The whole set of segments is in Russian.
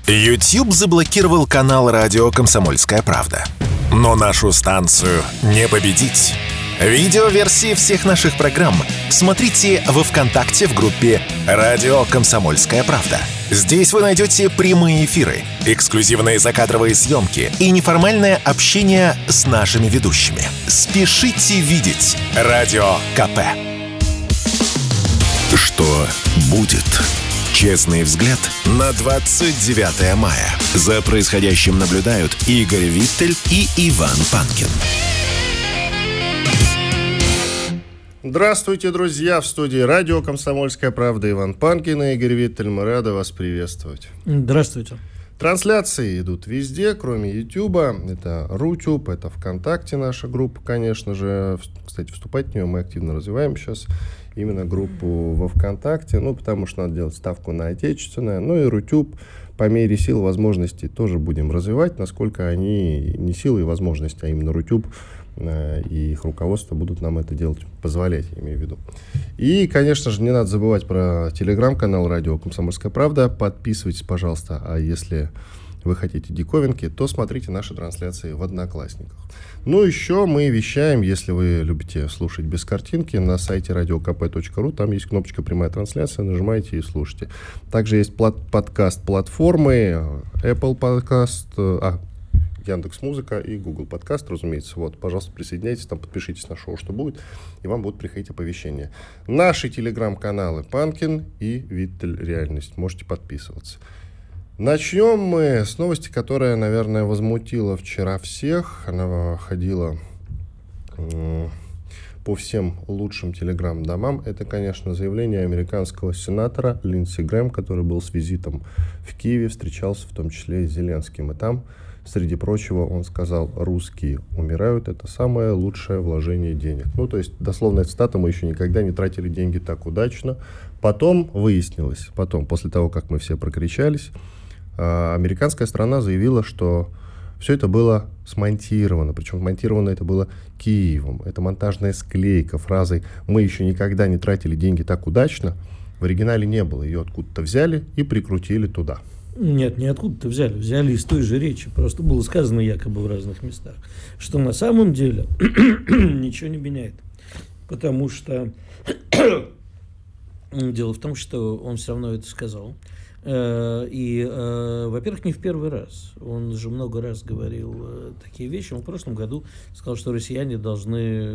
YouTube заблокировал канал радио «Комсомольская правда». Но нашу станцию не победить. Видеоверсии всех наших программ смотрите во ВКонтакте в группе «Радио Комсомольская правда». Здесь вы найдете прямые эфиры, эксклюзивные закадровые съемки и неформальное общение с нашими ведущими. Спешите видеть Радио КП. Что будет? Честный взгляд на 29 мая. За происходящим наблюдают Игорь Виттель и Иван Панкин. Здравствуйте, друзья! В студии радио «Комсомольская правда» Иван Панкин и Игорь Виттель. Мы рады вас приветствовать. Здравствуйте. Трансляции идут везде, кроме Ютуба. Это Рутюб, это ВКонтакте наша группа, конечно же. Кстати, вступать в нее мы активно развиваем сейчас. Именно группу во ВКонтакте, потому что надо делать ставку на отечественное. Ну и Рутюб по мере сил и возможностей тоже будем развивать, насколько они не силы и возможности, а именно Рутюб и их руководство будут нам это делать позволять, я имею в виду. И, конечно же, не надо забывать про телеграм-канал «Радио Комсомольская правда». Подписывайтесь, пожалуйста. А если вы хотите диковинки, то смотрите наши трансляции в Одноклассниках. Ну, еще мы вещаем, если вы любите слушать без картинки, на сайте radiokp.ru. Там есть кнопочка «Прямая трансляция», нажимаете и слушайте. Также есть подкаст-платформы, Apple Podcast, Яндекс.Музыка и Google Подкаст, разумеется. Вот, пожалуйста, присоединяйтесь, там подпишитесь на шоу «Что будет», и вам будут приходить оповещения. Наши телеграм-каналы Панкин и Виттель Реальность. Можете подписываться. Начнем мы с новости, которая, наверное, возмутила вчера всех. Она ходила по всем лучшим телеграм-домам. Это, конечно, заявление американского сенатора Линдси Грэм, который был с визитом в Киеве, встречался в том числе и с Зеленским. И там, среди прочего, он сказал: «Русские умирают, это самое лучшее вложение денег». То есть, дословная цитата: «Мы еще никогда не тратили деньги так удачно». Потом выяснилось, после того, как мы все прокричались, американская сторона заявила, что все это было смонтировано. Причем монтировано это было Киевом. Это монтажная склейка фразой «Мы еще никогда не тратили деньги так удачно». В оригинале не было. Ее откуда-то взяли и прикрутили туда. Нет, не откуда-то взяли. Взяли из той же речи. Просто было сказано якобы в разных местах. Что на самом деле ничего не меняет. Потому что дело в том, что он все равно это сказал. Во-первых, не в первый раз. Он же много раз говорил такие вещи. Он в прошлом году сказал, что россияне должны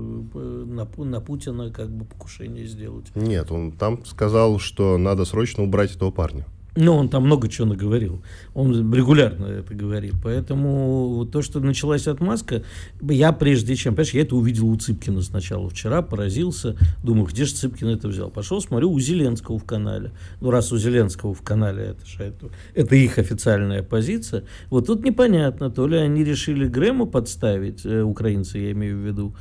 на Путина покушение сделать. Нет, он там сказал, что надо срочно убрать этого парня. Он там много чего наговорил. Он регулярно это говорит. Поэтому то, что началась отмазка, я прежде чем... Понимаешь, я это увидел у Цыпкина сначала вчера, поразился. Думаю, где же Цыпкин это взял? Пошел, смотрю, у Зеленского в канале. Раз у Зеленского в канале, это их официальная позиция. Вот тут непонятно, то ли они решили Грэма подставить, украинцы, я имею в виду,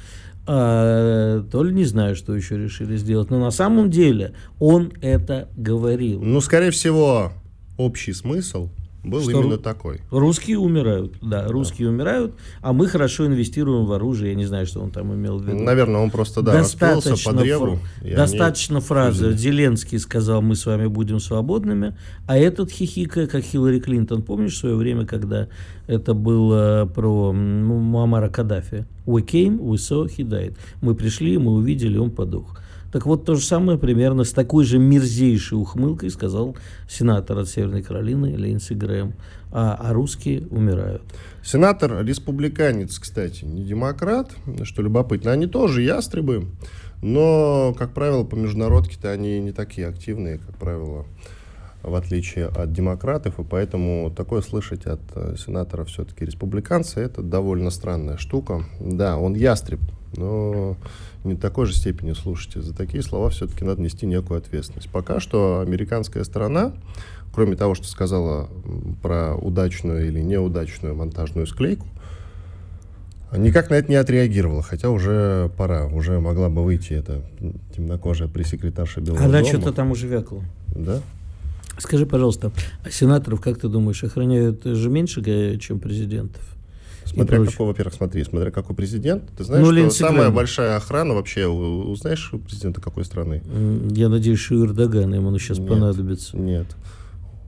то ли не знаю, что еще решили сделать. Но на самом деле он это говорил. Скорее всего, общий смысл был что именно такой. Русские умирают, русские умирают, а мы хорошо инвестируем в оружие. Я не знаю, что он там имел в виду. Наверное, он просто, расплылся по древу. Достаточно фразы. Зеленский сказал: «Мы с вами будем свободными», а этот хихикая, как Хиллари Клинтон. Помнишь в свое время, когда это было про Муаммара Каддафи? «We came, we saw, he died». Мы пришли, мы увидели, он подох. Так вот, то же самое примерно с такой же мерзейшей ухмылкой сказал сенатор от Северной Каролины Линдси Грэм. А русские умирают. Сенатор республиканец, кстати, не демократ, что любопытно. Они тоже ястребы, но, как правило, по международке-то они не такие активные, как правило, в отличие от демократов, и поэтому такое слышать от сенатора все-таки республиканца — это довольно странная штука. Да, он ястреб, но не в такой же степени, слушайте. За такие слова все-таки надо нести некую ответственность. Пока что американская сторона, кроме того, что сказала про удачную или неудачную монтажную склейку, никак на это не отреагировала, хотя уже пора, уже могла бы выйти эта темнокожая пресс-секретарша Белого дома. Она что-то там уже вякла. Да? Скажи, пожалуйста, а сенаторов, как ты думаешь, охраняют же меньше, чем президентов? Смотря какой, во-первых, смотря какой президент. Ты знаешь, что самая большая охрана вообще, узнаешь у президента какой страны? Я надеюсь, что у Эрдогана ему сейчас понадобится. Нет.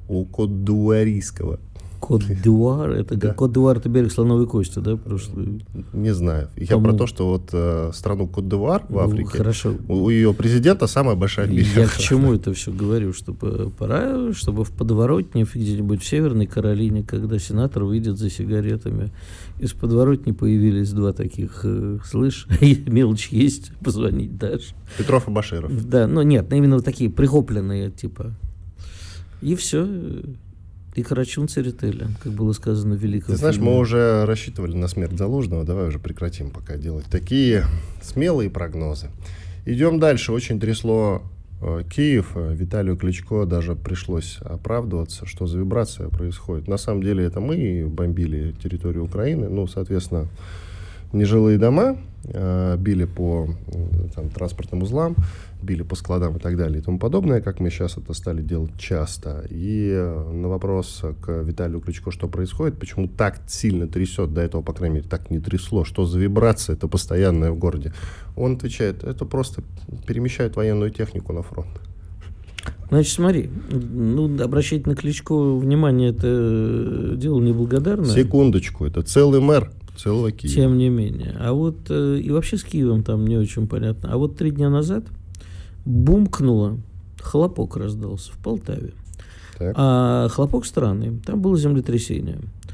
у кот-д'Ивуарийского. Кот-д'Ивуар, это Да. Кот-д'Ивуар, это берег Слоновой Кости, да, прошлый? Не знаю. Я про то, что вот страну Кот-д'Ивуар в Африке, Хорошо. у ее президента самая большая в мире. Я к чему это все говорю? Чтобы пора, чтобы в подворотне где-нибудь в Северной Каролине, когда сенатор выйдет за сигаретами, из подворотни появились два таких, слышь, мелочь есть, позвонить дашь. Петров и Баширов. Да, но нет, именно вот такие прихопленные, типа. И все. И Карачун Церетели, как было сказано в великом Ты знаешь, фильме. мы уже рассчитывали на смерть Залужного, давай уже прекратим пока делать такие смелые прогнозы. Идем дальше. Очень трясло Киев. Виталию Кличко даже пришлось оправдываться, что за вибрация происходит. На самом деле это мы бомбили территорию Украины, ну, соответственно, нежилые дома, били по транспортным узлам, били по складам и так далее и тому подобное, как мы сейчас это стали делать часто. И на вопрос к Виталию Кличко, что происходит, почему так сильно трясет, до этого, по крайней мере, так не трясло, что за вибрация, это постоянная в городе, он отвечает, это просто перемещают военную технику на фронт. Значит, смотри, обращать на Кличко внимание, это дело неблагодарное. Секундочку, это целый мэр целого Киева. Тем не менее. А вот и вообще с Киевом там не очень понятно. А вот 3 дня назад бумкнуло, хлопок раздался в Полтаве. Так. А хлопок странный, там было землетрясение.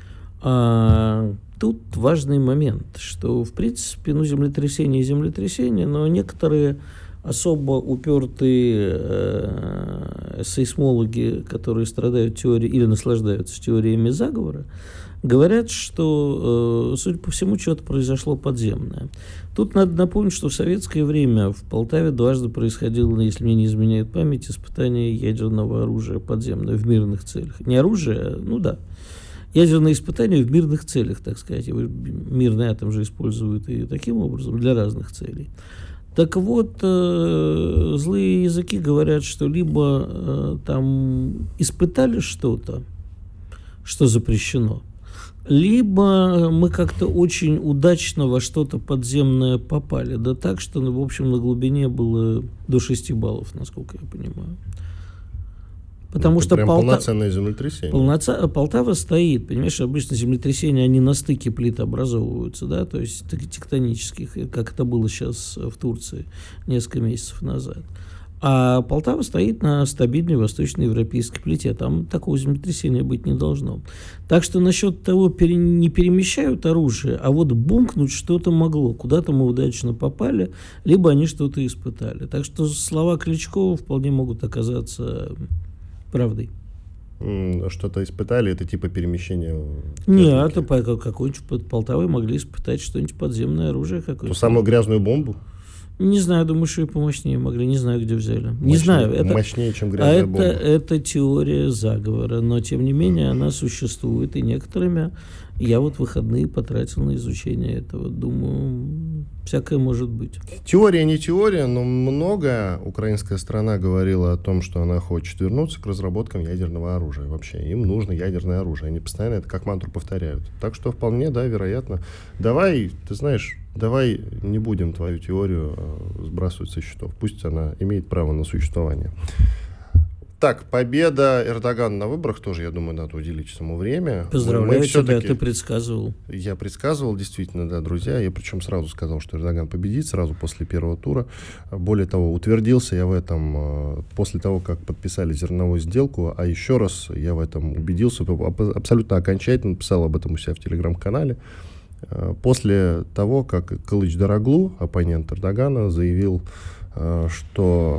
Тут важный момент, что, в принципе, землетрясение, но некоторые особо упертые сейсмологи, которые страдают теорией или наслаждаются теориями заговора, говорят, что, судя по всему, что-то произошло подземное. Тут надо напомнить, что в советское время в Полтаве дважды происходило, если мне не изменяет память, испытание ядерного оружия подземное в мирных целях. Не оружие, ядерные испытания в мирных целях, так сказать. Мирный атом же используют и таким образом для разных целей. Так вот, злые языки говорят, что либо там испытали что-то, что запрещено, либо мы как-то очень удачно во что-то подземное попали. Да так, что, в общем, на глубине было до 6 баллов, насколько я понимаю. Потому что прям полноценное землетрясение. Полтава стоит, понимаешь, обычно землетрясения, они на стыке плит образовываются, да, то есть тектонических, как это было сейчас в Турции несколько месяцев назад. А Полтава стоит на стабильной восточноевропейской плите. Там такого землетрясения быть не должно. Так что насчет того, не перемещают оружие, а вот бумкнуть что-то могло. Куда-то мы удачно попали, либо они что-то испытали. Так что слова Кличко вполне могут оказаться правдой. Что-то испытали, это типа перемещение? Нет, это какой-нибудь под Полтавой могли испытать что-нибудь подземное оружие какое-то. Ту самую грязную бомбу? Не знаю, думаю, что и помощнее могли. Не знаю, где взяли. Не знаю. Это, мощнее, чем грязная бомба. Это теория заговора, но тем не менее она существует, и некоторыми я вот выходные потратил на изучение этого. Думаю, всякое может быть. Теория не теория, но много украинская страна говорила о том, что она хочет вернуться к разработкам ядерного оружия. Вообще, им нужно ядерное оружие. Они постоянно это как мантру повторяют. Так что вполне, да, вероятно. Давай, ты знаешь, давай не будем твою теорию сбрасывать со счетов. Пусть она имеет право на существование. Так, победа Эрдогана на выборах тоже, я думаю, надо уделить этому время. Поздравляю тебя, ты предсказывал. Я предсказывал, действительно, да, друзья. Я причем сразу сказал, что Эрдоган победит, сразу после первого тура. Более того, утвердился я в этом после того, как подписали зерновую сделку, а еще раз я в этом убедился, абсолютно окончательно, писал об этом у себя в телеграм-канале. После того, как Кылыч Дароглу, оппонент Эрдогана, заявил, что...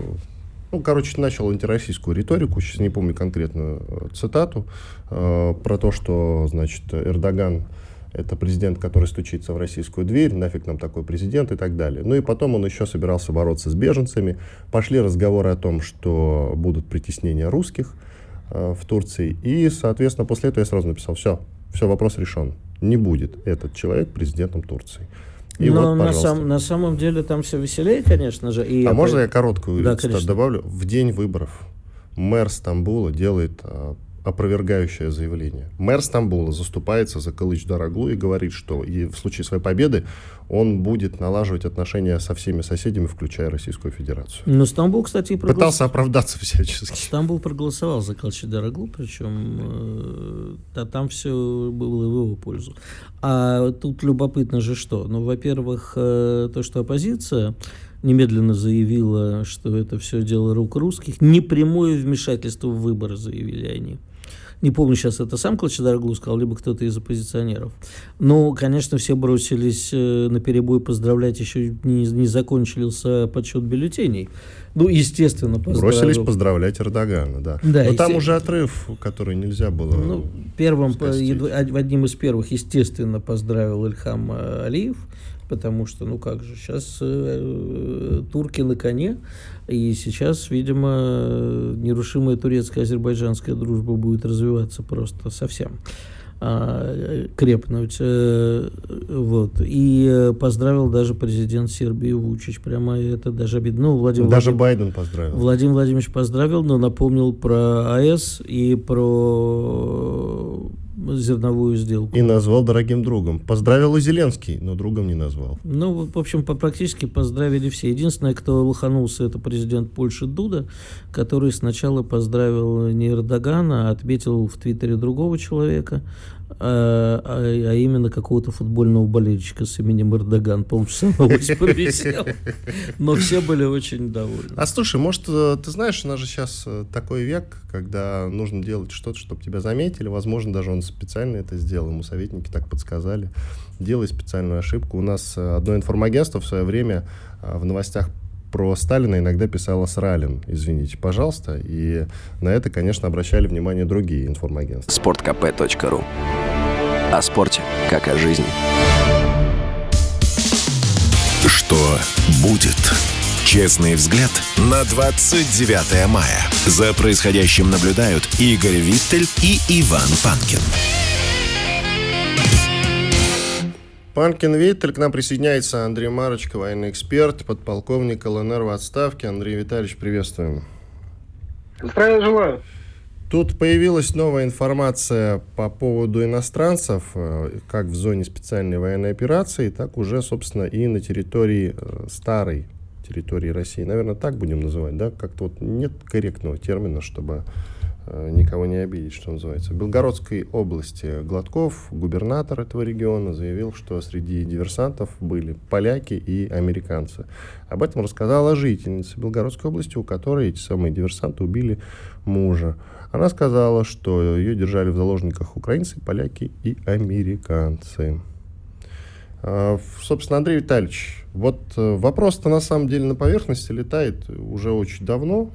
начал антироссийскую риторику, сейчас не помню конкретную цитату, про то, что, значит, Эрдоган — это президент, который стучится в российскую дверь, нафиг нам такой президент и так далее. Ну и потом он еще собирался бороться с беженцами. Пошли разговоры о том, что будут притеснения русских в Турции. И, соответственно, после этого я сразу написал, все, вопрос решен. Не будет этот человек президентом Турции. И но вот, на самом деле там все веселее, конечно же. И можно я короткую да, цитату добавлю? В день выборов мэр Стамбула делает опровергающее заявление. Мэр Стамбула заступается за Кылычдароглу и говорит, что и в случае своей победы он будет налаживать отношения со всеми соседями, включая Российскую Федерацию. Но Стамбул, кстати, пытался оправдаться всячески. Стамбул проголосовал за Кылычдароглу, причем там все было в его пользу. А тут любопытно же что? Ну, во-первых, то, что оппозиция немедленно заявила, что это все дело рук русских. Непрямое вмешательство в выборы, заявили они. Не помню, сейчас это сам Кылычдароглу сказал, либо кто-то из оппозиционеров. Но, конечно, все бросились наперебой поздравлять, еще не закончился подсчет бюллетеней. Ну, естественно, бросились поздравлять Эрдогана, да. Да, но там уже отрыв, который нельзя было одним из первых, естественно, поздравил Ильхам Алиев, потому что, ну как же, сейчас турки на коне, и сейчас, видимо, нерушимая турецко-азербайджанская дружба будет развиваться просто совсем, крепнуть. Вот. И поздравил даже президент Сербии Вучич. Прямо это даже обидно. Ну, даже Байден поздравил. Владимир Владимирович поздравил, но напомнил про АЭС и про зерновую сделку. И назвал дорогим другом. Поздравил и Зеленский, но другом не назвал. Ну, в общем, практически поздравили все. Единственное, кто лоханулся, это президент Польши Дуда, который сначала поздравил не Эрдогана, а отметил в Твиттере другого человека, а именно какого-то футбольного болельщика с именем Эрдоган. Полчаса новость повисел. Но все были очень довольны. А слушай, может, ты знаешь, у нас же сейчас такой век, когда нужно делать что-то, чтобы тебя заметили. Возможно, даже он специально это сделал. Ему советники так подсказали. Делай специальную ошибку. У нас одно информагентство в свое время в новостях про Сталина иногда писала Сралин, извините, пожалуйста. И на это, конечно, обращали внимание другие информагентства. sportkp.ru. О спорте, как о жизни. Что будет? Честный взгляд на 29 мая. За происходящим наблюдают Игорь Виттель и Иван Панкин. Панкин Виттель, к нам присоединяется Андрей Марочко, военный эксперт, подполковник ЛНР в отставке. Андрей Витальевич, приветствуем. Здравия желаю. Тут появилась новая информация по поводу иностранцев, как в зоне специальной военной операции, так уже, собственно, и на территории старой территории России. Наверное, так будем называть, да? Как-то вот нет корректного термина, чтобы никого не обидеть, что называется. В Белгородской области Гладков, губернатор этого региона, заявил, что среди диверсантов были поляки и американцы. Об этом рассказала жительница Белгородской области, у которой эти самые диверсанты убили мужа. Она сказала, что ее держали в заложниках украинцы, поляки и американцы. Собственно, Андрей Витальевич, вот вопрос-то на самом деле на поверхности летает уже очень давно.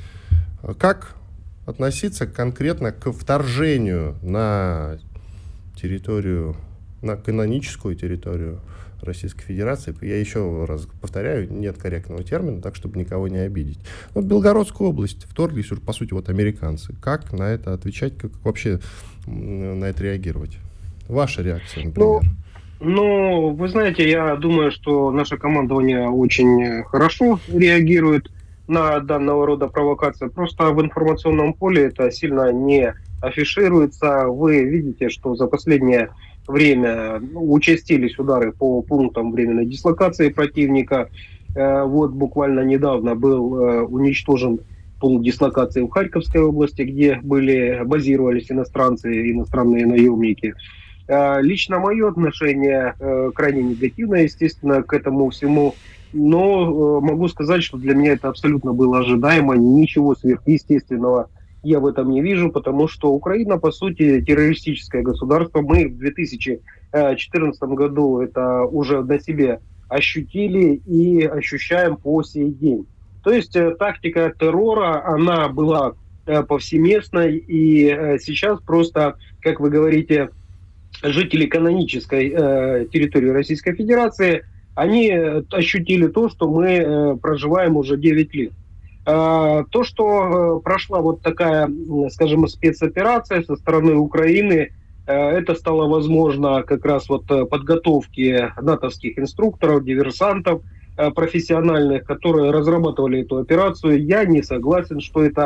Как относиться конкретно к вторжению на территорию, на каноническую территорию Российской Федерации? Я еще раз повторяю, нет корректного термина, так, чтобы никого не обидеть. Вот Белгородскую область вторглись уже, по сути, вот американцы. Как на это отвечать, как вообще на это реагировать? Ваша реакция, например. Ну, вы знаете, я думаю, что наше командование очень хорошо реагирует на данного рода провокации. Просто в информационном поле это сильно не афишируется. Вы видите, что за последнее время участились удары по пунктам временной дислокации противника. Вот буквально недавно был уничтожен пункт дислокации в Харьковской области, где базировались иностранцы, иностранные наемники. Лично мое отношение крайне негативное, естественно, к этому всему. Но могу сказать, что для меня это абсолютно было ожидаемо. Ничего сверхъестественного я в этом не вижу, потому что Украина, по сути, террористическое государство. Мы в 2014 году это уже на себе ощутили и ощущаем по сей день. То есть тактика террора, она была повсеместной, и сейчас просто, как вы говорите, жители канонической территории Российской Федерации, они ощутили то, что мы проживаем уже 9 лет. То, что прошла вот такая, скажем, спецоперация со стороны Украины, это стало возможно как раз вот подготовки натовских инструкторов, диверсантов профессиональных, которые разрабатывали эту операцию. Я не согласен, что это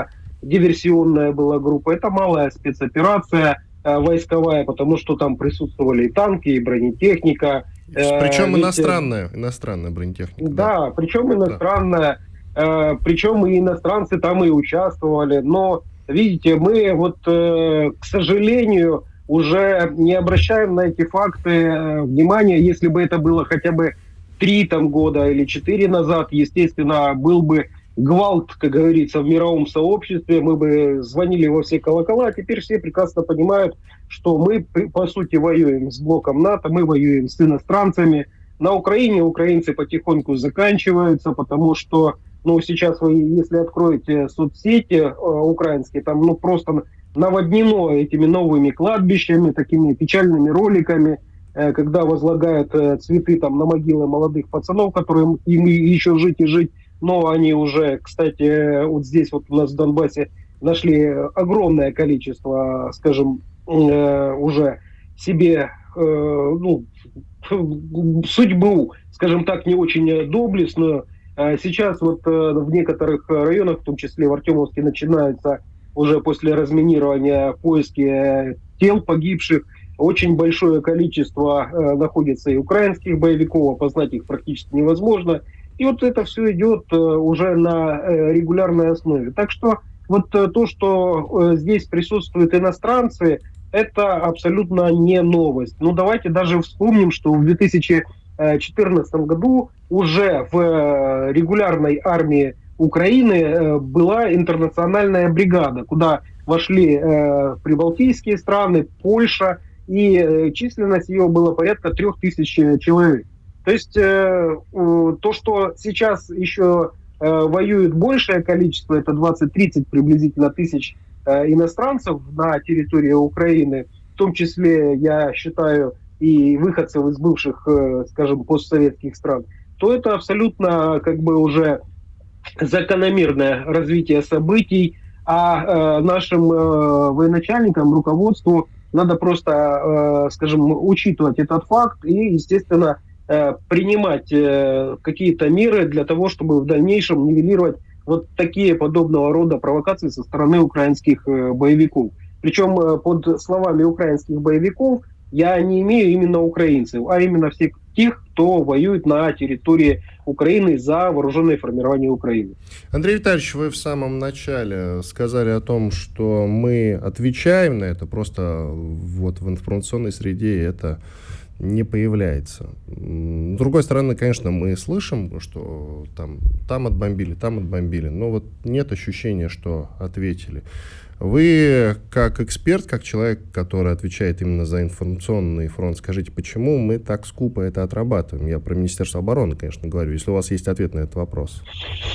диверсионная была группа. Это малая спецоперация войсковая, потому что там присутствовали и танки, и бронетехника. Причем иностранная бронетехника. Да, причем иностранная. Причем и иностранцы там и участвовали. Но, видите, мы вот, к сожалению, уже не обращаем на эти факты внимания. Если бы это было хотя бы 3 года или 4 назад, естественно, был бы гвалт, как говорится, в мировом сообществе, мы бы звонили во все колокола, а теперь все прекрасно понимают, что мы, по сути, воюем с блоком НАТО, мы воюем с иностранцами. На Украине украинцы потихоньку заканчиваются, потому что, сейчас вы, если откроете соцсети украинские, там, просто наводнено этими новыми кладбищами, такими печальными роликами, когда возлагают цветы там на могилы молодых пацанов, которым им еще жить и жить. Но они уже, кстати, вот здесь вот у нас в Донбассе нашли огромное количество, скажем, уже себе судьбу, скажем так, не очень доблестную. Сейчас вот в некоторых районах, в том числе в Артемовске, начинаются уже после разминирования поиски тел погибших. Очень большое количество находится и украинских боевиков, опознать их практически невозможно. И вот это все идет уже на регулярной основе. Так что вот то, что здесь присутствуют иностранцы, это абсолютно не новость. Давайте даже вспомним, что в 2014 году уже в регулярной армии Украины была интернациональная бригада, куда вошли прибалтийские страны, Польша, и численность ее была порядка 3000 человек. То есть то, что сейчас еще воюет большее количество, это 20-30 приблизительно тысяч иностранцев на территории Украины, в том числе, я считаю, и выходцев из бывших, скажем, постсоветских стран, то это абсолютно уже закономерное развитие событий, а нашим военачальникам, руководству надо просто, скажем, учитывать этот факт и, естественно, принимать какие-то меры для того, чтобы в дальнейшем нивелировать вот такие подобного рода провокации со стороны украинских боевиков. Причем под словами украинских боевиков я не имею именно украинцев, а именно всех тех, кто воюет на территории Украины за вооруженные формирования Украины. Андрей Витальевич, вы в самом начале сказали о том, что мы отвечаем на это, просто вот в информационной среде это не появляется. С другой стороны, конечно, мы слышим, что там отбомбили, но вот нет ощущения, что ответили. Вы, как эксперт, как человек, который отвечает именно за информационный фронт, скажите, почему мы так скупо это отрабатываем? Я про Министерство обороны, конечно, говорю, если у вас есть ответ на этот вопрос.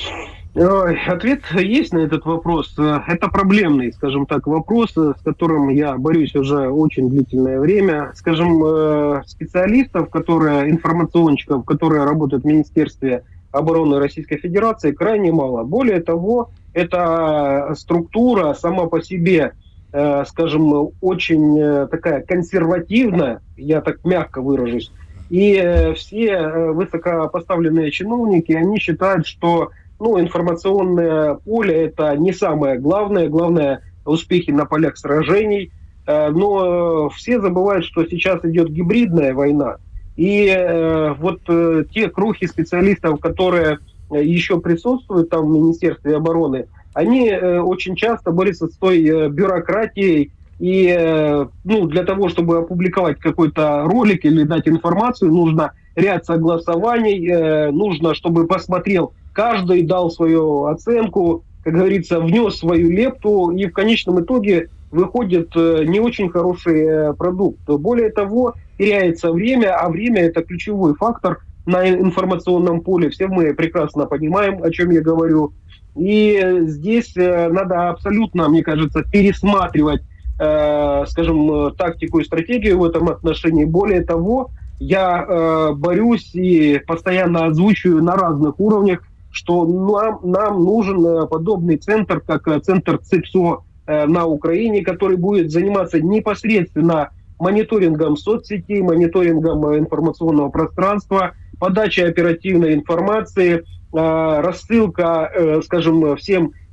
Ответ есть на этот вопрос. Это проблемный, скажем так, вопрос, с которым я борюсь уже очень длительное время. Скажем, специалистов, информационщиков, которые работают в Министерстве обороны Российской Федерации, крайне мало. Более того, эта структура сама по себе, скажем, очень такая консервативная, я так мягко выражусь, и все высокопоставленные чиновники, они считают, что информационное поле – это не самое главное. Главное – успехи на полях сражений. Но все забывают, что сейчас идет гибридная война. И вот те крохи специалистов, которые еще присутствуют там в Министерстве обороны, они очень часто борются с той бюрократией. И для того, чтобы опубликовать какой-то ролик или дать информацию, нужно ряд согласований, нужно, чтобы посмотрел каждый, дал свою оценку, как говорится, внес свою лепту, и в конечном итоге выходит не очень хороший продукт. Более того, теряется время, а время – это ключевой фактор на информационном поле. Все мы прекрасно понимаем, о чем я говорю. И здесь надо абсолютно, мне кажется, пересматривать, скажем, тактику и стратегию в этом отношении. Более того, я борюсь и постоянно озвучиваю на разных уровнях, что нам нужен подобный центр, как центр ЦИПСО на Украине, который будет заниматься непосредственно мониторингом соцсетей, мониторингом информационного пространства, подачей оперативной информации, рассылка, скажем, всем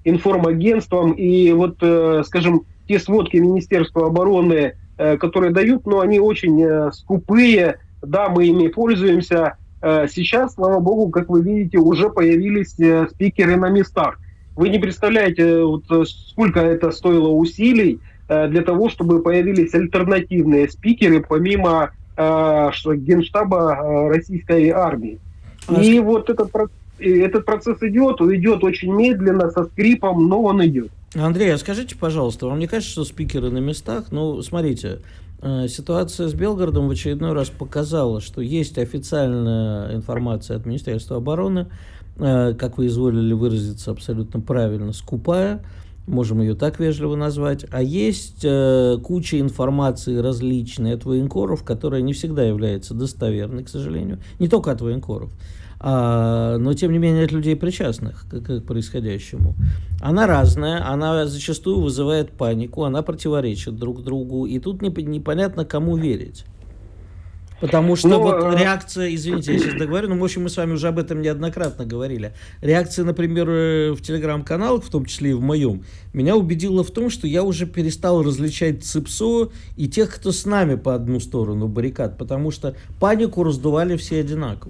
информагентствам. И вот, скажем, те сводки Министерства обороны, которые дают, но они очень скупые. Да, мы ими пользуемся. Сейчас, слава богу, как вы видите, уже появились спикеры на местах. Вы не представляете, вот, сколько это стоило усилий для того, чтобы появились альтернативные спикеры, помимо Генштаба российской армии. И вот этот процесс идет очень медленно, со скрипом, но он идет. Андрей, а скажите, пожалуйста, вам не кажется, что спикеры на местах? Ну, смотрите, ситуация с Белгородом в очередной раз показала, что есть официальная информация от Министерства обороны, как вы изволили выразиться абсолютно правильно, скупая, можем ее так вежливо назвать, а есть куча информации различной от военкоров, которая не всегда является достоверной, к сожалению, не только от военкоров, но тем не менее от людей причастных к происходящему. Она разная, она зачастую вызывает панику, она противоречит друг другу, и тут непонятно, кому верить. Потому что вот реакция, извините, я сейчас договорю, но в общем мы с вами уже об этом неоднократно говорили. Реакция, например, в телеграм-каналах, в том числе и в моем, меня убедила в том, что я уже перестал различать ЦИПСО и тех, кто с нами по одну сторону баррикад, потому что панику раздували все одинаково.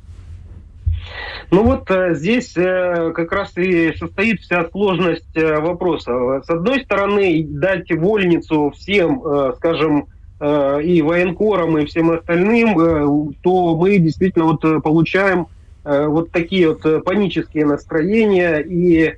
Ну вот здесь как раз и состоит вся сложность вопроса. С одной стороны, дать вольницу всем, скажем, и военкорам, и всем остальным, то мы действительно вот получаем вот такие вот панические настроения. И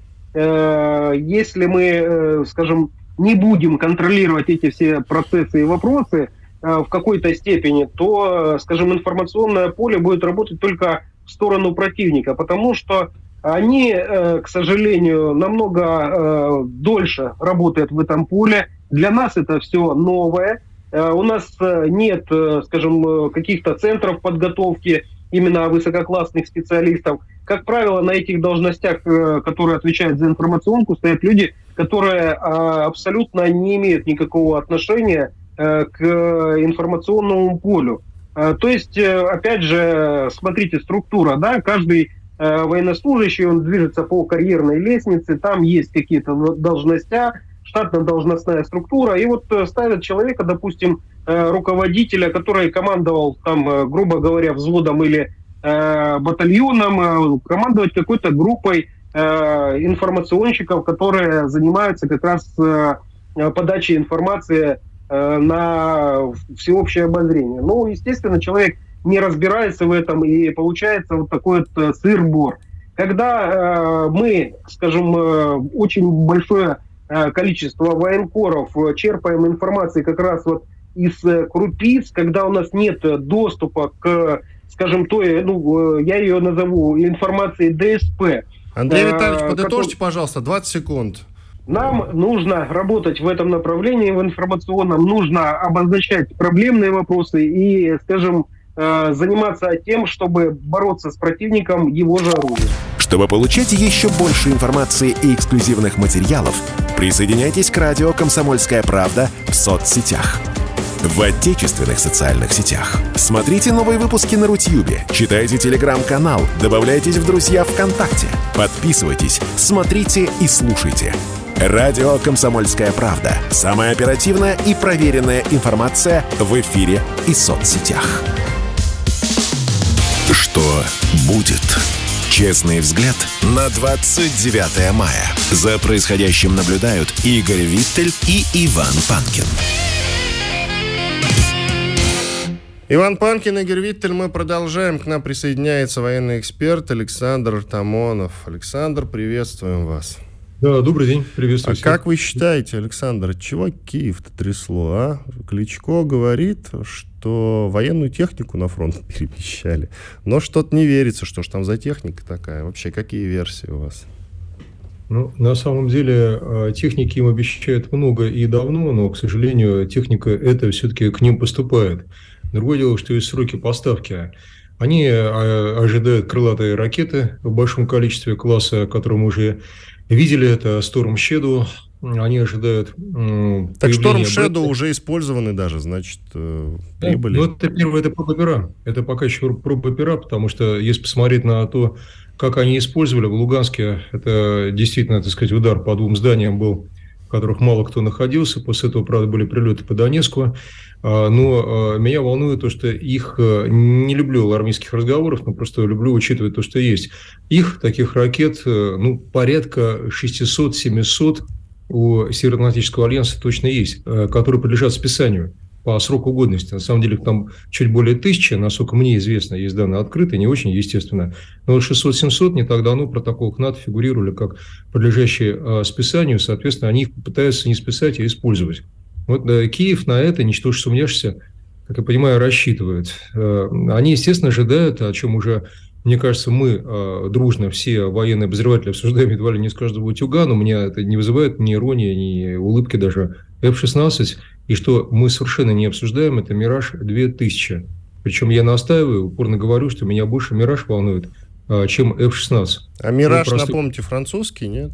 если мы, скажем, не будем контролировать эти все процессы и вопросы в какой-то степени, то, скажем, информационное поле будет работать только в сторону противника, потому что они, к сожалению, намного дольше работают в этом поле. Для нас это все новое. У нас нет, скажем, каких-то центров подготовки именно высококлассных специалистов. Как правило, на этих должностях, которые отвечают за информационку, стоят люди, которые абсолютно не имеют никакого отношения к информационному полю. То есть, опять же, смотрите, структура, да, каждый военнослужащий, он движется по карьерной лестнице, там есть какие-то должности, штатно-должностная структура, и вот ставят человека, допустим, руководителя, который командовал, там, грубо говоря, взводом или батальоном, командовать какой-то группой информационщиков, которые занимаются как раз подачей информации на всеобщее обозрение. Ну, естественно, человек не разбирается в этом, и получается вот такой вот сыр-бор. Когда мы, скажем, очень большое количество военкоров черпаем информации как раз вот из крупиц, когда у нас нет доступа к, скажем, той, ну, я ее назову информацией ДСП. Андрей Витальевич, подытожьте, пожалуйста, 20 секунд. Нам нужно работать в этом направлении, в информационном, нужно обозначать проблемные вопросы и, скажем, заниматься тем, чтобы бороться с противником его же оружием. Чтобы получать еще больше информации и эксклюзивных материалов, присоединяйтесь к радио «Комсомольская правда» в соцсетях. В отечественных социальных сетях. Смотрите новые выпуски на Рутьюбе, читайте телеграм-канал, добавляйтесь в друзья ВКонтакте, подписывайтесь, смотрите и слушайте. Радио «Комсомольская правда». Самая оперативная и проверенная информация в эфире и соцсетях. Что будет? Честный взгляд на 29 мая. За происходящим наблюдают Игорь Виттель и Иван Панкин. Иван Панкин, Игорь Виттель. Мы продолжаем. К нам присоединяется военный эксперт Александр Артамонов. Александр, приветствуем вас. Да, добрый день, приветствую всех. Как вы считаете, Александр, чего Киев-то трясло, а? Кличко говорит, что военную технику на фронт перемещали, но что-то не верится, что ж там за техника такая. Вообще, какие версии у вас? Ну, на самом деле, техники им обещают много и давно, но, к сожалению, техника эта все-таки к ним поступает. Другое дело, что есть сроки поставки. Они ожидают крылатые ракеты в большом количестве класса, которые мы уже видели, это Storm Shadow. Они ожидают... Так Storm Shadow уже использованы даже, значит, прибыли. Ну, это первое, это проба пера. Это пока еще проба пера, потому что если посмотреть на то, как они использовали в Луганске, это действительно, так сказать, удар по двум зданиям был, в которых мало кто находился. После этого, правда, были прилеты по Донецку. Но меня волнует то, что их... Не люблю алармистских разговоров, но просто люблю учитывать то, что есть. Их, таких ракет, порядка 600-700 у Североатлантического альянса точно есть, которые подлежат списанию по сроку годности. На самом деле там чуть более 1000, насколько мне известно, есть данные открытые, не очень, естественно. Но вот 600-700 не так давно в протоколах НАТО фигурировали как подлежащие списанию, соответственно, они их пытаются не списать, а использовать. Вот Киев на это, ничто ж сумняшься, как я понимаю, рассчитывает. Они, естественно, ожидают, о чем уже, мне кажется, мы дружно, все военные обозреватели обсуждаем едва ли не с каждого утюга, но меня это не вызывает ни иронии, ни улыбки даже. F-16, и что мы совершенно не обсуждаем, это «Мираж-2000». Причем я настаиваю, упорно говорю, что меня больше «Мираж» волнует, чем F-16. А «Мираж», напомните, французский, нет?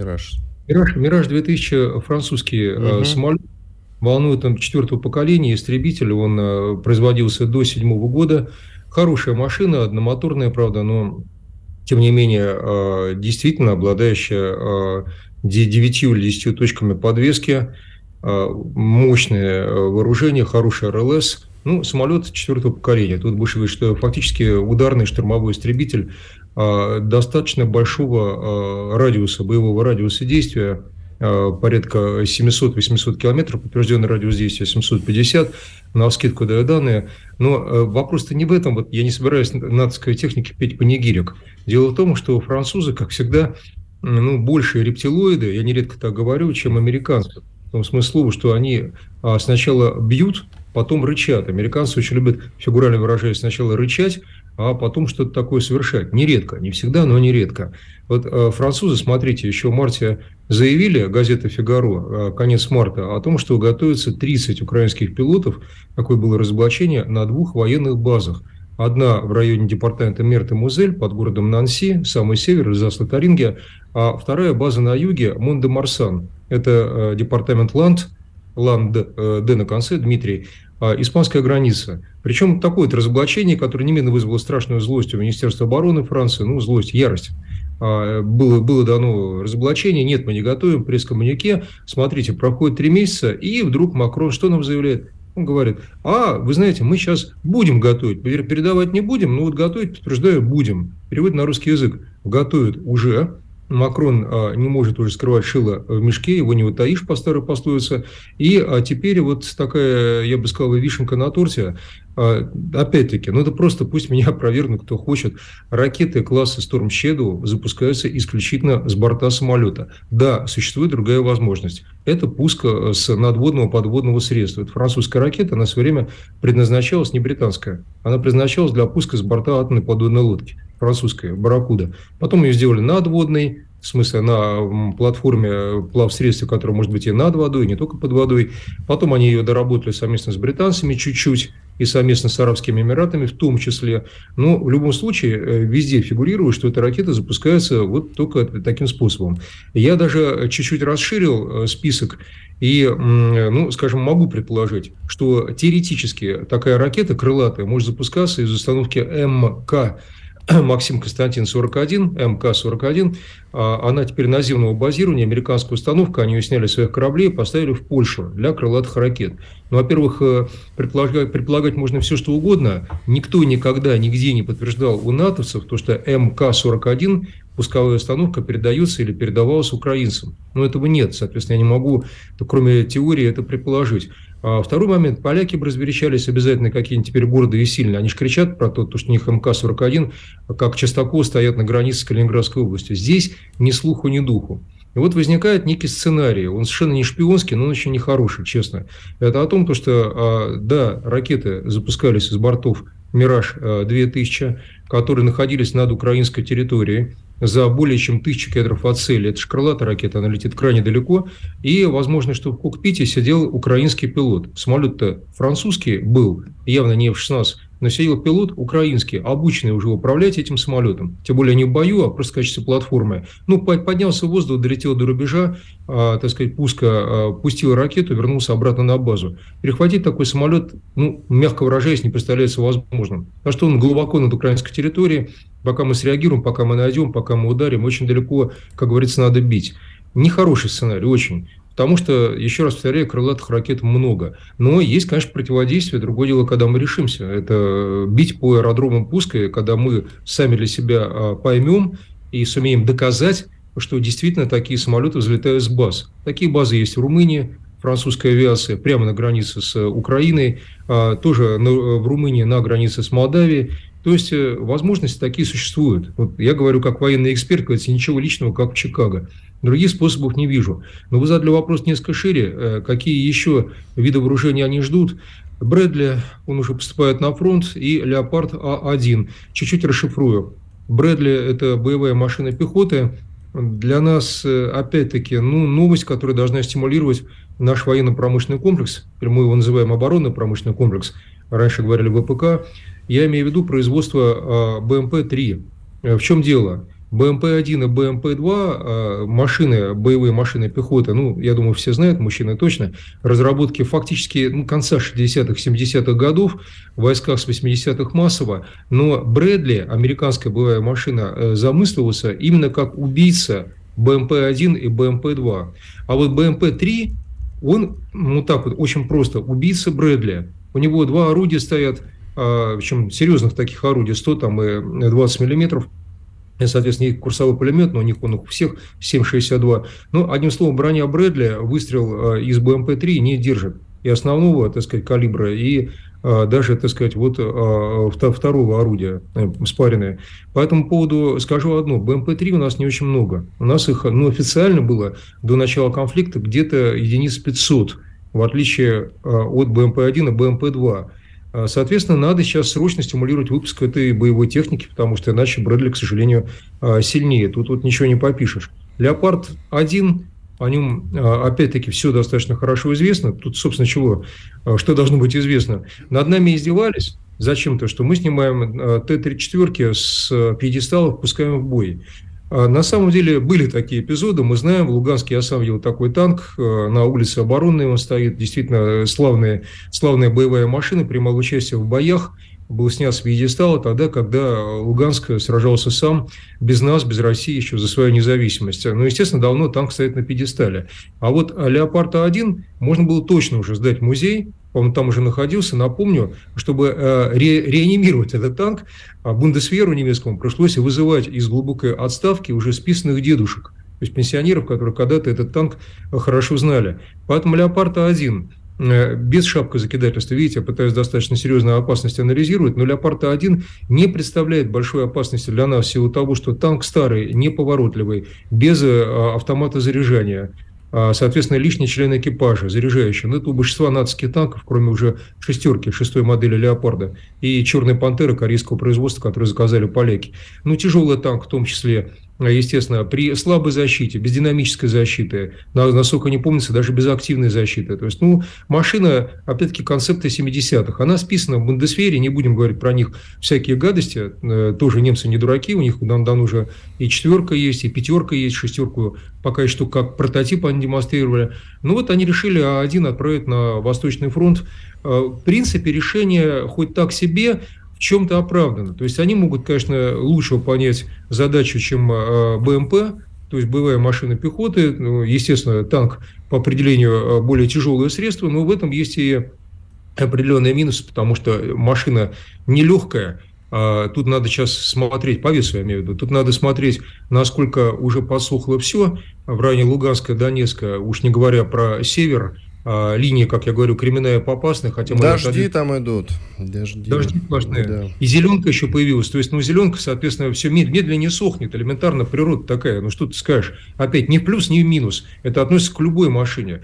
«Мираж-2000» французский самолет. Волнует он 4-го поколения, истребитель, он производился до 7-го года. Хорошая машина, одномоторная, правда, но, тем не менее, действительно обладающая 9 или 10 точками подвески, мощное вооружение, хороший РЛС. Самолет 4-го поколения. Тут больше говорить, что фактически ударный штурмовой истребитель достаточно большого радиуса, боевого радиуса действия, порядка 700-800 километров, подтвержденный радиус действия 750, навскидку даю данные. Но вопрос-то не в этом. Вот я не собираюсь натовской технике петь панигирик. Дело в том, что французы, как всегда, больше рептилоиды, я нередко так говорю, чем американцы. В том смысле слова, что они сначала бьют, потом рычат. Американцы очень любят, фигурально выражаясь, сначала рычать, а потом что-то такое совершать. Нередко, не всегда, но нередко. Вот французы, смотрите, еще в марте заявили, газета «Фигаро», конец марта, о том, что готовится 30 украинских пилотов, такое было разоблачение, на 2 военных базах. Одна в районе департамента Мерт-и-Музель под городом Нанси, самый север, Эльзас-Лотарингия, а вторая база на юге Мон-де-Марсан. Это департамент Ланд, Д на конце, Дмитрий, испанская граница. Причем такое разоблачение, которое немедленно вызвало страшную злость у Министерства обороны Франции, злость, ярость. Было дано разоблачение, нет, мы не готовим, пресс-коммюнике, смотрите, проходит 3 месяца, и вдруг Макрон что нам заявляет? Он говорит, вы знаете, мы сейчас будем готовить, передавать не будем, но вот готовить, подтверждаю, будем. Перевод на русский язык. Готовят уже. Макрон не может уже скрывать шило в мешке, его не утаишь, по старой пословице. И теперь вот такая, я бы сказал, вишенка на торте. Опять-таки, это просто пусть меня опровергнут, кто хочет. Ракеты класса Storm Shadow запускаются исключительно с борта самолета. Да, существует другая возможность. Это пуск с надводного подводного средства. Это французская ракета, она в свое время предназначалась, не британская, она предназначалась для пуска с борта атомной подводной лодки. Французская, «Барракуда». Потом ее сделали надводной, в смысле на платформе плавсредства, которая может быть и над водой, не только под водой. Потом они ее доработали совместно с британцами чуть-чуть и совместно с Арабскими Эмиратами в том числе. Но в любом случае везде фигурирует, что эта ракета запускается вот только таким способом. Я даже чуть-чуть расширил список и, скажем, могу предположить, что теоретически такая ракета крылатая может запускаться из установки МК Максим Константин-41, МК-41, она теперь наземного базирования, американская установка, они ее сняли с своих кораблей и поставили в Польшу для крылатых ракет. Во-первых, предполагать можно все, что угодно. Никто никогда, нигде не подтверждал у натовцев то, что МК-41, пусковая установка, передается или передавалась украинцам. Но этого нет, соответственно, я не могу, кроме теории, это предположить. А второй момент. Поляки бы разверещались обязательно какие-нибудь теперь гордые и сильные. Они же кричат про то, что у них МК-41, как частокол, стоят на границе с Калининградской областью. Здесь ни слуху, ни духу. И вот возникает некий сценарий. Он совершенно не шпионский, но он очень нехороший, честно. Это о том, что, да, ракеты запускались из бортов «Мираж-2000», которые находились над украинской территорией за более чем 1000 километров от цели. Это же крылатая ракета, она летит крайне далеко. И возможно, что в кокпите сидел украинский пилот. Самолет-то французский был, явно не F-16, но сидел пилот украинский, обученный уже управлять этим самолетом. Тем более не в бою, а просто в качестве платформы. Ну, поднялся в воздух, долетел до рубежа, так сказать, пуска, пустил ракету, вернулся обратно на базу. Перехватить такой самолет, ну, мягко выражаясь, не представляется возможным. Потому что он глубоко над украинской территорией. Пока мы среагируем, пока мы найдем, пока мы ударим, очень далеко, как говорится, надо бить. Нехороший сценарий, очень. Потому что, еще раз повторяю, крылатых ракет много. Но есть, конечно, противодействие. Другое дело, когда мы решимся. Это бить по аэродромам пуска, когда мы сами для себя поймем и сумеем доказать, что действительно такие самолеты взлетают с баз. Такие базы есть в Румынии, французская авиация прямо на границе с Украиной, тоже в Румынии на границе с Молдавией. То есть возможности такие существуют. Вот я говорю как военный эксперт, говорится, ничего личного, как в Чикаго. Других способов не вижу. Но вы задали вопрос несколько шире. Какие еще виды вооружения они ждут? Брэдли, он уже поступает на фронт, и Леопард А1. Чуть-чуть расшифрую. Брэдли – это боевая машина пехоты. Для нас, опять-таки, новость, которая должна стимулировать наш военно-промышленный комплекс. Мы его называем оборонно-промышленный комплекс. Раньше говорили ВПК. Я имею в виду производство БМП-3. В чем дело? БМП-1 и БМП-2, машины, боевые машины пехоты, я думаю, все знают, мужчины точно, разработки фактически конца 60-х, 70-х годов, в войсках с 80-х массово, но Брэдли, американская боевая машина, замысливался именно как убийца БМП-1 и БМП-2. А вот БМП-3, он, так вот, очень просто, убийца Брэдли. У него 2 орудия стоят, причем серьезных таких орудий, 100 там, и 20 миллиметров. Соответственно, их курсовой пулемет, но у них он у всех 7,62. Одним словом, броня Брэдли выстрел из БМП-3 не держит. И основного, так сказать, калибра, и даже, так сказать, второго орудия спаренные. По этому поводу скажу одно. БМП-3 у нас не очень много. У нас их официально было до начала конфликта где-то единиц 500, в отличие от БМП-1 и БМП-2. Соответственно, надо сейчас срочно стимулировать выпуск этой боевой техники, потому что иначе Брэдли, к сожалению, сильнее. Тут ничего не попишешь. Леопард-1, о нем, опять-таки, все достаточно хорошо известно. Тут, собственно, что должно быть известно. Над нами издевались зачем-то, что мы снимаем Т-34 с пьедесталов, пускаем в бой. На самом деле были такие эпизоды, мы знаем, в Луганске я сам видел такой танк, на улице Оборонной он стоит, действительно славная боевая машина, принимал участие в боях, был снят с пьедестала тогда, когда Луганск сражался сам, без нас, без России, еще за свою независимость. Естественно, давно танк стоит на пьедестале. А вот Леопард-1 можно было точно уже сдать в музей, он там уже находился. Напомню, чтобы реанимировать этот танк, Бундесверу немецкому пришлось вызывать из глубокой отставки уже списанных дедушек, то есть пенсионеров, которые когда-то этот танк хорошо знали. Поэтому Леопард-1 без шапкозакидательства, видите, я пытаюсь достаточно серьезную опасность анализировать, но Леопард-1 не представляет большой опасности для нас в силу того, что танк старый, неповоротливый, без автомата заряжания. Соответственно, лишний член экипажа, заряжающий. Это у большинства нацистских танков, кроме уже шестерки, 6-й модели «Леопарда» и «Черной пантеры» корейского производства, которые заказали поляки. Тяжелый танк в том числе, естественно, при слабой защите, без динамической защиты, насколько не помнится, даже без активной защиты. То есть, машина, опять-таки, концепта 70-х. Она списана в Бундесвере, не будем говорить про них всякие гадости. Тоже немцы не дураки, у них давно уже и 4-ка есть, и 5-ка есть, 6-ку пока еще как прототип они демонстрировали. Они решили А1 отправить на Восточный фронт. В принципе, решение хоть так себе, в чем-то оправдано. То есть, они могут, конечно, лучше выполнять задачу, чем БМП, то есть боевая машина пехоты. Естественно, танк по определению более тяжелое средство, но в этом есть и определенные минусы, потому что машина нелегкая. Тут надо сейчас смотреть, по весу я имею в виду, тут надо смотреть, насколько уже подсохло все в районе Луганска, Донецка, уж не говоря про север. Линия, как я говорю, кременная опасная. Хотя дожди там идут. Дожди сплошные. Да. И зеленка еще появилась. То есть, зеленка, соответственно, все медленнее сохнет. Элементарно природа такая. Что ты скажешь? Опять, ни в плюс, ни в минус. Это относится к любой машине.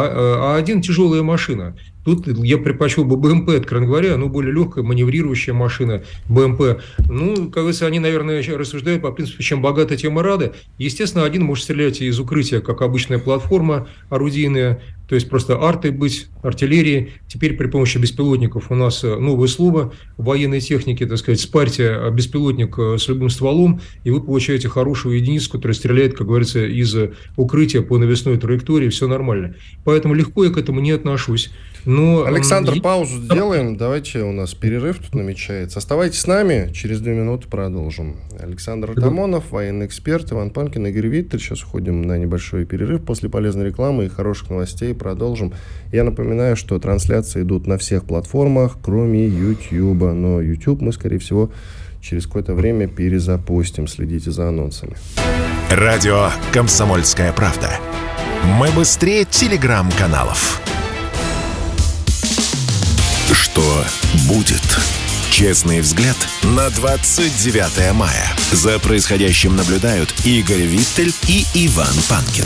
А1 тяжелая машина. Тут я предпочел бы БМП, откровенно говоря, более легкая, маневрирующая машина БМП. Как говорится, они, наверное, рассуждают по принципу, чем богаты, тем и рады. Естественно, один может стрелять из укрытия, как обычная платформа орудийная. То есть просто артой быть, артиллерии. Теперь при помощи беспилотников у нас новое слово в военной технике, так сказать, спарьте беспилотник с любым стволом, и вы получаете хорошую единицу, которая стреляет, как говорится, из укрытия по навесной траектории, все нормально. Поэтому легко я к этому не отношусь. Но... Александр, паузу сделаем. Давайте, у нас перерыв тут намечается. Оставайтесь с нами, через 2 минуты продолжим. Александр Артамонов, военный эксперт, Иван Панкин, Игорь Виттель. Сейчас уходим на небольшой перерыв. После полезной рекламы и хороших новостей продолжим. Я напоминаю, что трансляции идут на всех платформах, кроме YouTube. Но YouTube мы, скорее всего, через какое-то время перезапустим. Следите за анонсами. Радио «Комсомольская правда». Мы быстрее телеграм-каналов. Что будет? Честный взгляд на 29 мая. За происходящим наблюдают Игорь Виттель и Иван Панкин.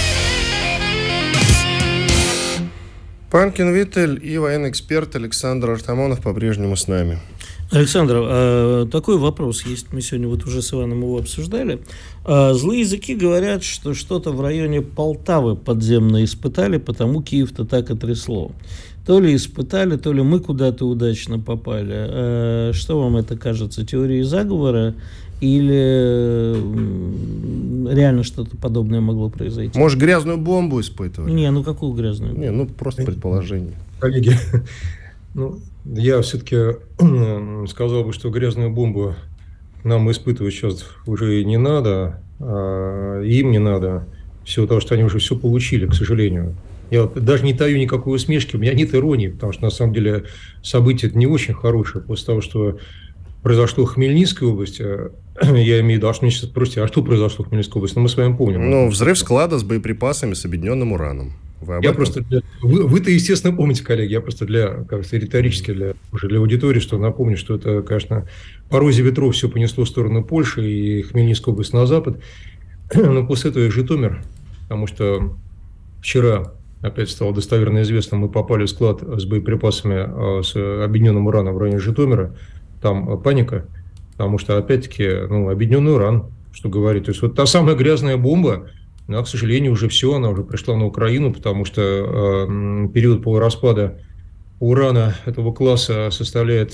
Панкин, Виттель и военный эксперт Александр Артамонов по-прежнему с нами. Александр, такой вопрос есть. Мы сегодня вот уже с Иваном его обсуждали. Злые языки говорят, что что-то в районе Полтавы подземно испытали, потому Киев-то так и трясло. То ли испытали, то ли мы куда-то удачно попали. Что вам это кажется? Теорией заговора или реально что-то подобное могло произойти? Может, грязную бомбу испытывали? Не, ну какую грязную? Не, просто предположение. Коллеги, я все-таки сказал бы, что грязную бомбу нам испытывать сейчас уже не надо, им не надо, всего того, что они уже все получили, к сожалению. Я даже не таю никакой усмешки, у меня нет иронии, потому что, на самом деле, событие не очень хорошее. После того, что произошло в Хмельницкой области, я имею в виду, мне сейчас спросите, а что произошло в Хмельницкой области? Мы с вами помним. Взрыв склада с боеприпасами с объединенным ураном. Вы-то, естественно, помните, коллеги, я просто риторически для аудитории, что напомню, что это, конечно, по розе ветров все понесло в сторону Польши и Хмельницкой области на запад. Но после этого и Житомир, потому что вчера опять стало достоверно известно, мы попали в склад с боеприпасами с объединенным ураном в районе Житомира. Там паника, потому что, опять-таки, объединенный уран, что говорит. То есть, вот та самая грязная бомба, к сожалению, уже все, она уже пришла на Украину, потому что период полураспада урана этого класса составляет,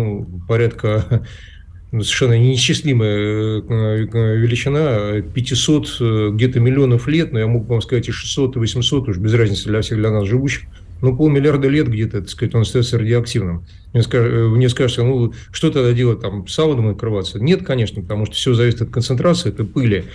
порядка совершенно неисчислимая величина, 500 где-то миллионов лет, но я мог бы вам сказать и 600, и 800, уж без разницы для всех, для нас живущих, 500 миллиарда лет где-то, так сказать, он остается радиоактивным. Мне скажете, что тогда делать, там, салоном открываться? Нет, конечно, потому что все зависит от концентрации, это пыли.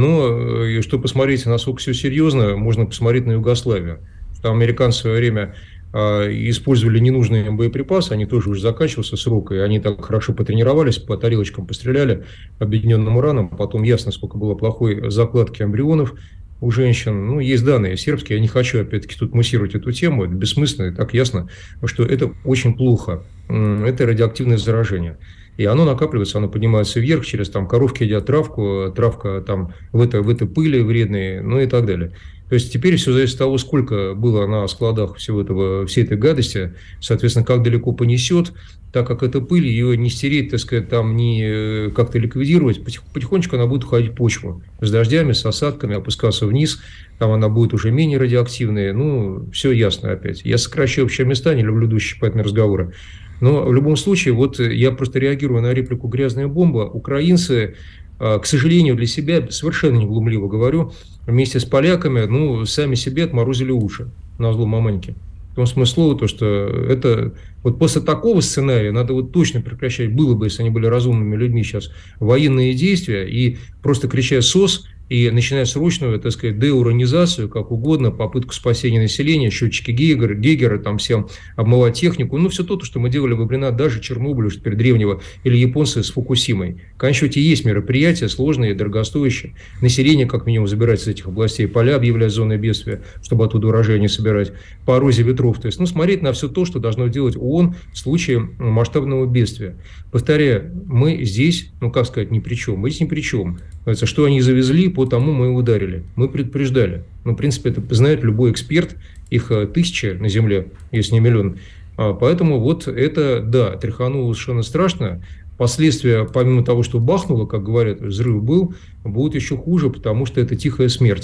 Но, что посмотреть, насколько все серьезно, можно посмотреть на Югославию. Там американцы в свое время использовали ненужные боеприпасы, они тоже уже заканчивался срок, и они так хорошо потренировались, по тарелочкам постреляли объединенным ураном, потом ясно, сколько было плохой закладки эмбрионов у женщин. Есть данные сербские, я не хочу, опять-таки, тут муссировать эту тему, это бессмысленно, и так ясно, что это очень плохо, это радиоактивное заражение. И оно накапливается, оно поднимается вверх, через коровки едят травку, травка там в этой пыли вредной, и так далее. То есть теперь все зависит от того, сколько было на складах всей этой гадости, соответственно, как далеко понесет, так как эта пыль, ее не стереть, так сказать, там не как-то ликвидировать, потихонечку она будет уходить в почву с дождями, с осадками, опускаться вниз, там она будет уже менее радиоактивная, все ясно опять. Я сокращаю общие места, не люблю душесчипательные разговоры. Но в любом случае, я просто реагирую на реплику «грязная бомба». Украинцы, к сожалению, для себя, совершенно не глумливо говорю, вместе с поляками, сами себе отморозили уши назло мамоньки. В том смысле слова, то, что это после такого сценария надо точно прекращать, было бы, если они были разумными людьми сейчас, военные действия и просто крича «СОС», и начиная срочную, так сказать, деуранизацию, как угодно, попытку спасения населения, счетчики Гейгера, там всем обмывать технику, все то, что мы делали во времена даже Чернобыля, что теперь древнего, или японцы с Фукусимой. Конечно, эти есть мероприятия сложные, дорогостоящие. Население, как минимум, забирать с этих областей, поля объявлять зоной бедствия, чтобы оттуда урожай не собирать, по розе ветров. То есть, смотреть на все то, что должно делать ООН в случае масштабного бедствия. Повторяю, мы здесь, ни при чем. Мы здесь ни при чем. Что они завезли, по тому мы и ударили. Мы предупреждали. В принципе, это знает любой эксперт. Их 1000 на Земле, если не миллион. Поэтому это, да, тряхануло совершенно страшно. Последствия, помимо того, что бахнуло, как говорят, взрыв был, будут еще хуже, потому что это тихая смерть.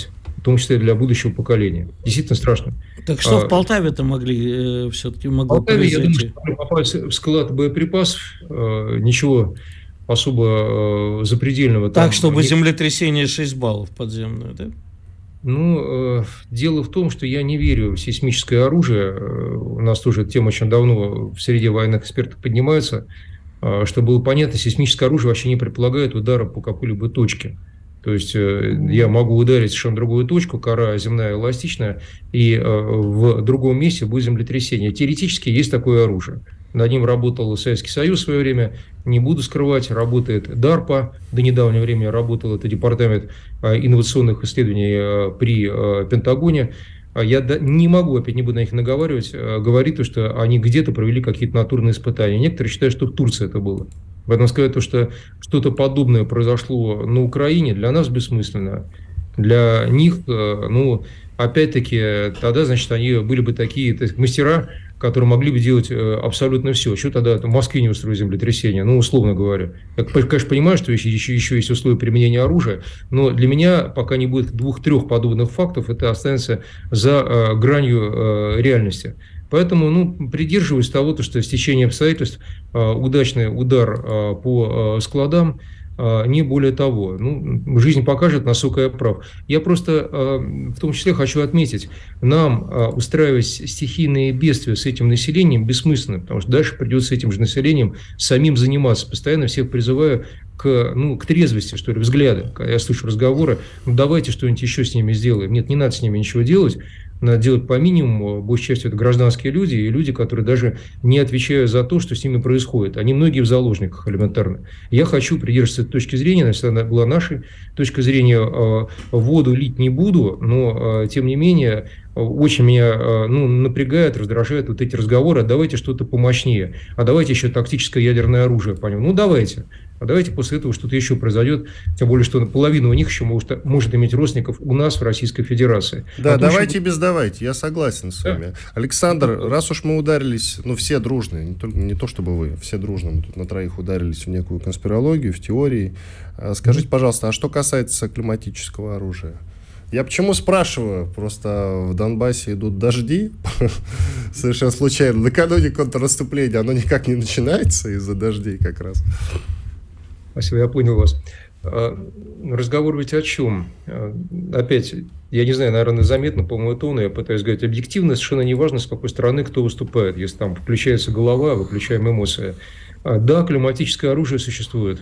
в том числе для будущего поколения. Действительно страшно. Так что в Полтаве-то все-таки могло в Полтаве, произойти? Я думаю, что попасть в склад боеприпасов, ничего особо запредельного. Так, там чтобы нет. землетрясение 6 баллов подземное, да? Дело в том, что я не верю в сейсмическое оружие. У нас тоже эта тема очень давно в среде военных экспертов поднимается. Чтобы было понятно, сейсмическое оружие вообще не предполагает удара по какой-либо точке. То есть я могу ударить совершенно другую точку, кора земная эластичная, и в другом месте будет землетрясение. Теоретически есть такое оружие. Над ним работал Советский Союз в свое время, не буду скрывать, работает DARPA, до недавнего времени работал это Департамент инновационных исследований при Пентагоне. Я не могу, опять не буду на них наговаривать, говорить, что они где-то провели какие-то натурные испытания. Некоторые считают, что в Турции это было. Поэтому сказать, что что-то подобное произошло на Украине, для нас бессмысленно. Для них, опять-таки, тогда, значит, они были бы такие мастера, которые могли бы делать абсолютно все. Что тогда в Москве не устроить землетрясение? Условно говоря. Я, конечно, понимаю, что еще есть условия применения оружия, но для меня, пока не будет 2-3 подобных фактов, это останется за гранью реальности. Поэтому, придерживаюсь того, что стечение обстоятельств, удачный удар по складам, не более того. Жизнь покажет, насколько я прав. Я просто в том числе хочу отметить, нам устраивать стихийные бедствия с этим населением бессмысленно, потому что дальше придется этим же населением самим заниматься. Постоянно всех призываю к трезвости, что ли, взгляда. Когда я слышу разговоры, давайте что-нибудь еще с ними сделаем. Нет, не надо с ними ничего делать. Надо делать по минимуму. Большей частью это гражданские люди и люди, которые даже не отвечают за то, что с ними происходит. Они многие в заложниках элементарно. Я хочу придерживаться этой точки зрения, она была нашей точкой зрения. Воду лить не буду, но тем не менее очень меня напрягает, раздражает вот эти разговоры. А давайте что-то помощнее. А давайте еще тактическое ядерное оружие по нему. Давайте. А давайте после этого что-то еще произойдет. Тем более, что половина у них еще может иметь родственников у нас в Российской Федерации. Да, давайте без давайте. Я согласен с вами. Да. Александр, раз уж мы ударились, все дружно, не то чтобы вы, все дружно, мы тут на троих ударились в некую конспирологию, в теории. Скажите, пожалуйста, а что касается климатического оружия? Я почему спрашиваю? Просто в Донбассе идут дожди, совершенно случайно. Накануне контрнаступления оно никак не начинается из-за дождей как раз. Спасибо, я понял вас. Разговор ведь о чем? Опять, я не знаю, наверное, заметно по моему тону, я пытаюсь говорить объективно, совершенно не важно, с какой стороны кто выступает. Если там включается голова, выключаем эмоции. Да, климатическое оружие существует.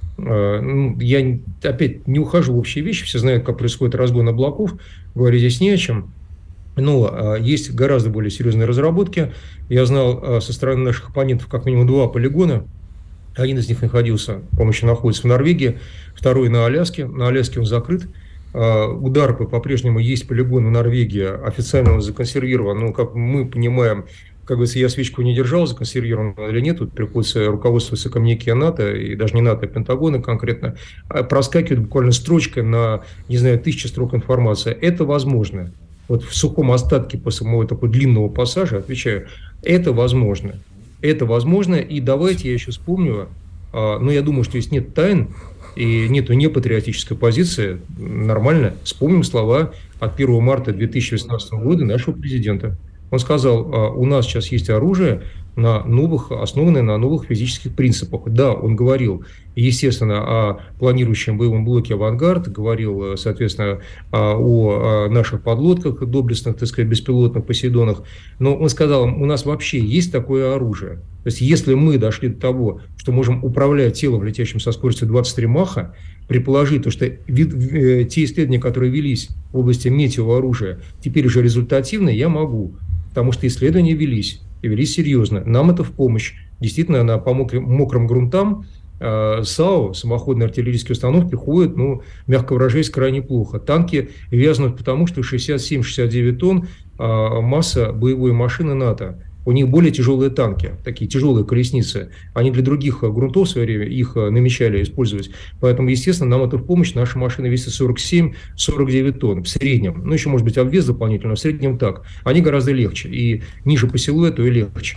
Я опять не ухожу в общие вещи, все знают, как происходит разгон облаков, говорить здесь не о чем. Но есть гораздо более серьезные разработки. Я знал со стороны наших оппонентов как минимум 2 полигона. Один из них находился, по-моему, еще находится в Норвегии, второй на Аляске. На Аляске он закрыт. У DARPA по-прежнему есть полигон в Норвегии, официально он законсервирован. Но, как мы понимаем, как говорится, я свечку не держал, законсервирован или нет. Тут приходится руководствоваться коммюнике НАТО, и даже не НАТО, а Пентагона конкретно. Проскакивает буквально строчка на, 1000 строк информации. Это возможно. Вот в сухом остатке после моего такого длинного пассажа, отвечаю, это возможно. Это возможно, и давайте я еще вспомню, я думаю, что здесь нет тайн, и нету непатриотической позиции, нормально, вспомним слова от 1 марта 2018 года нашего президента. Он сказал, у нас сейчас есть оружие, основанное на новых физических принципах. Да, он говорил, естественно, о планирующем боевом блоке «Авангард», говорил, соответственно, о наших подлодках доблестных, беспилотных «Посейдонах», но он сказал, у нас вообще есть такое оружие. То есть, если мы дошли до того, что можем управлять телом, летящим со скоростью 23 маха, предположить, что те исследования, которые велись в области метеооружия, теперь уже результативны, я могу. Потому что исследования велись серьезно. Нам это в помощь. Действительно, по мокрым грунтам САУ, самоходные артиллерийские установки, ходят, мягко выражаясь, крайне плохо. Танки вязнут потому, что 67-69 тонн масса боевой машины НАТО. У них более тяжелые танки, такие тяжелые колесницы. Они для других грунтов в свое время их намечали использовать. Поэтому, естественно, нам это в помощь. Наши машины весят 47-49 тонн в среднем. Еще, может быть, обвес дополнительно, но в среднем так. Они гораздо легче. И ниже по силуэту и легче.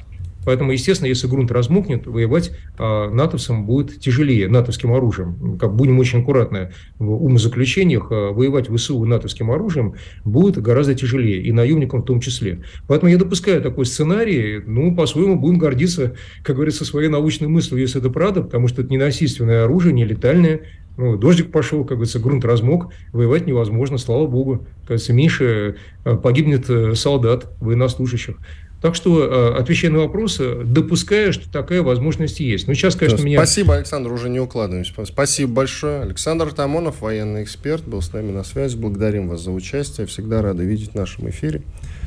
Поэтому, естественно, если грунт размокнет, воевать натовцам будет тяжелее, натовским оружием. Как будем очень аккуратны в умозаключениях, воевать ВСУ натовским оружием будет гораздо тяжелее, и наемникам в том числе. Поэтому я допускаю такой сценарий, по-своему будем гордиться, как говорится, своей научной мыслью, если это правда, потому что это не насильственное оружие, не летальное. Дождик пошел, как говорится, грунт размок, воевать невозможно, слава богу. Кажется, меньше погибнет солдат, военнослужащих. Так что, отвечая на вопрос, допускаю, что такая возможность есть. Сейчас, конечно, Спасибо, Александр, уже не укладываемся. Спасибо большое. Александр Тамонов, военный эксперт, был с нами на связи. Благодарим вас за участие. Всегда рады видеть в нашем эфире.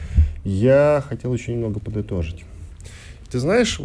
Я хотел еще немного подытожить. Ты знаешь,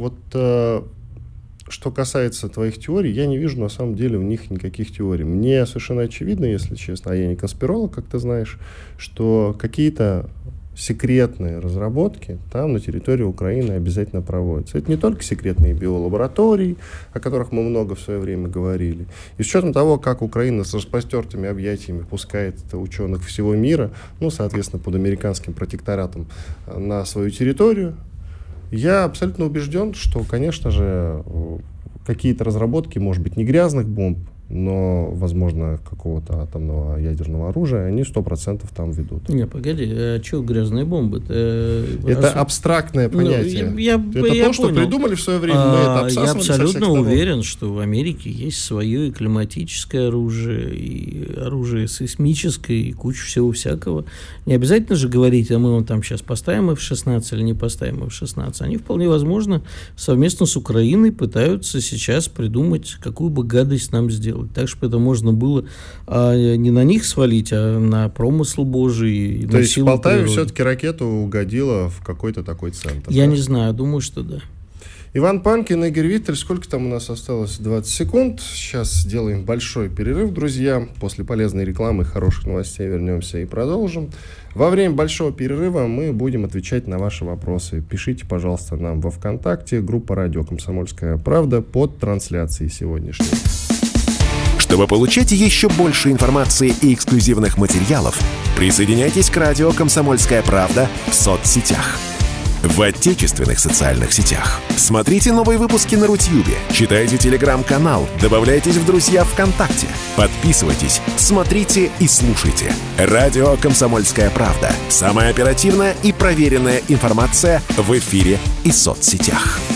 что касается твоих теорий, я не вижу на самом деле в них никаких теорий. Мне совершенно очевидно, если честно, а я не конспиролог, как ты знаешь, что какие-то секретные разработки там на территории Украины обязательно проводятся. Это не только секретные биолаборатории, о которых мы много в свое время говорили. И с учетом того, как Украина с распростертыми объятиями пускает ученых всего мира, соответственно, под американским протекторатом на свою территорию, я абсолютно убежден, что, конечно же, какие-то разработки, может быть, не грязных бомб, но, возможно, какого-то атомного ядерного оружия, они 100% там ведут. Не, погоди, а что грязные бомбы? Это абстрактное понятие. Это то, что придумали в свое время, мы это обсасывали. Я абсолютно уверен, что в Америке есть свое и климатическое оружие, и оружие сейсмическое, и куча всего всякого. Не обязательно же говорить, а мы там сейчас поставим F-16 или не поставим F-16. Они вполне возможно совместно с Украиной пытаются сейчас придумать, какую бы гадость нам сделать. Так, чтобы это можно было не на них свалить, а на промысл Божий. То есть в Полтаве все-таки ракета угодила в какой-то такой центр? Я не знаю, думаю, что да. Иван Панкин, Игорь Виттель. Сколько там у нас осталось? 20 секунд. Сейчас сделаем большой перерыв, друзья. После полезной рекламы и хороших новостей вернемся и продолжим. Во время большого перерыва мы будем отвечать на ваши вопросы. Пишите, пожалуйста, нам во ВКонтакте, группа «Радио Комсомольская правда» под трансляцией сегодняшней. Чтобы получать еще больше информации и эксклюзивных материалов, присоединяйтесь к радио «Комсомольская правда» в соцсетях. В отечественных социальных сетях. Смотрите новые выпуски на Рутьюбе, читайте телеграм-канал, добавляйтесь в друзья ВКонтакте, подписывайтесь, смотрите и слушайте. Радио «Комсомольская правда». Самая оперативная и проверенная информация в эфире и соцсетях.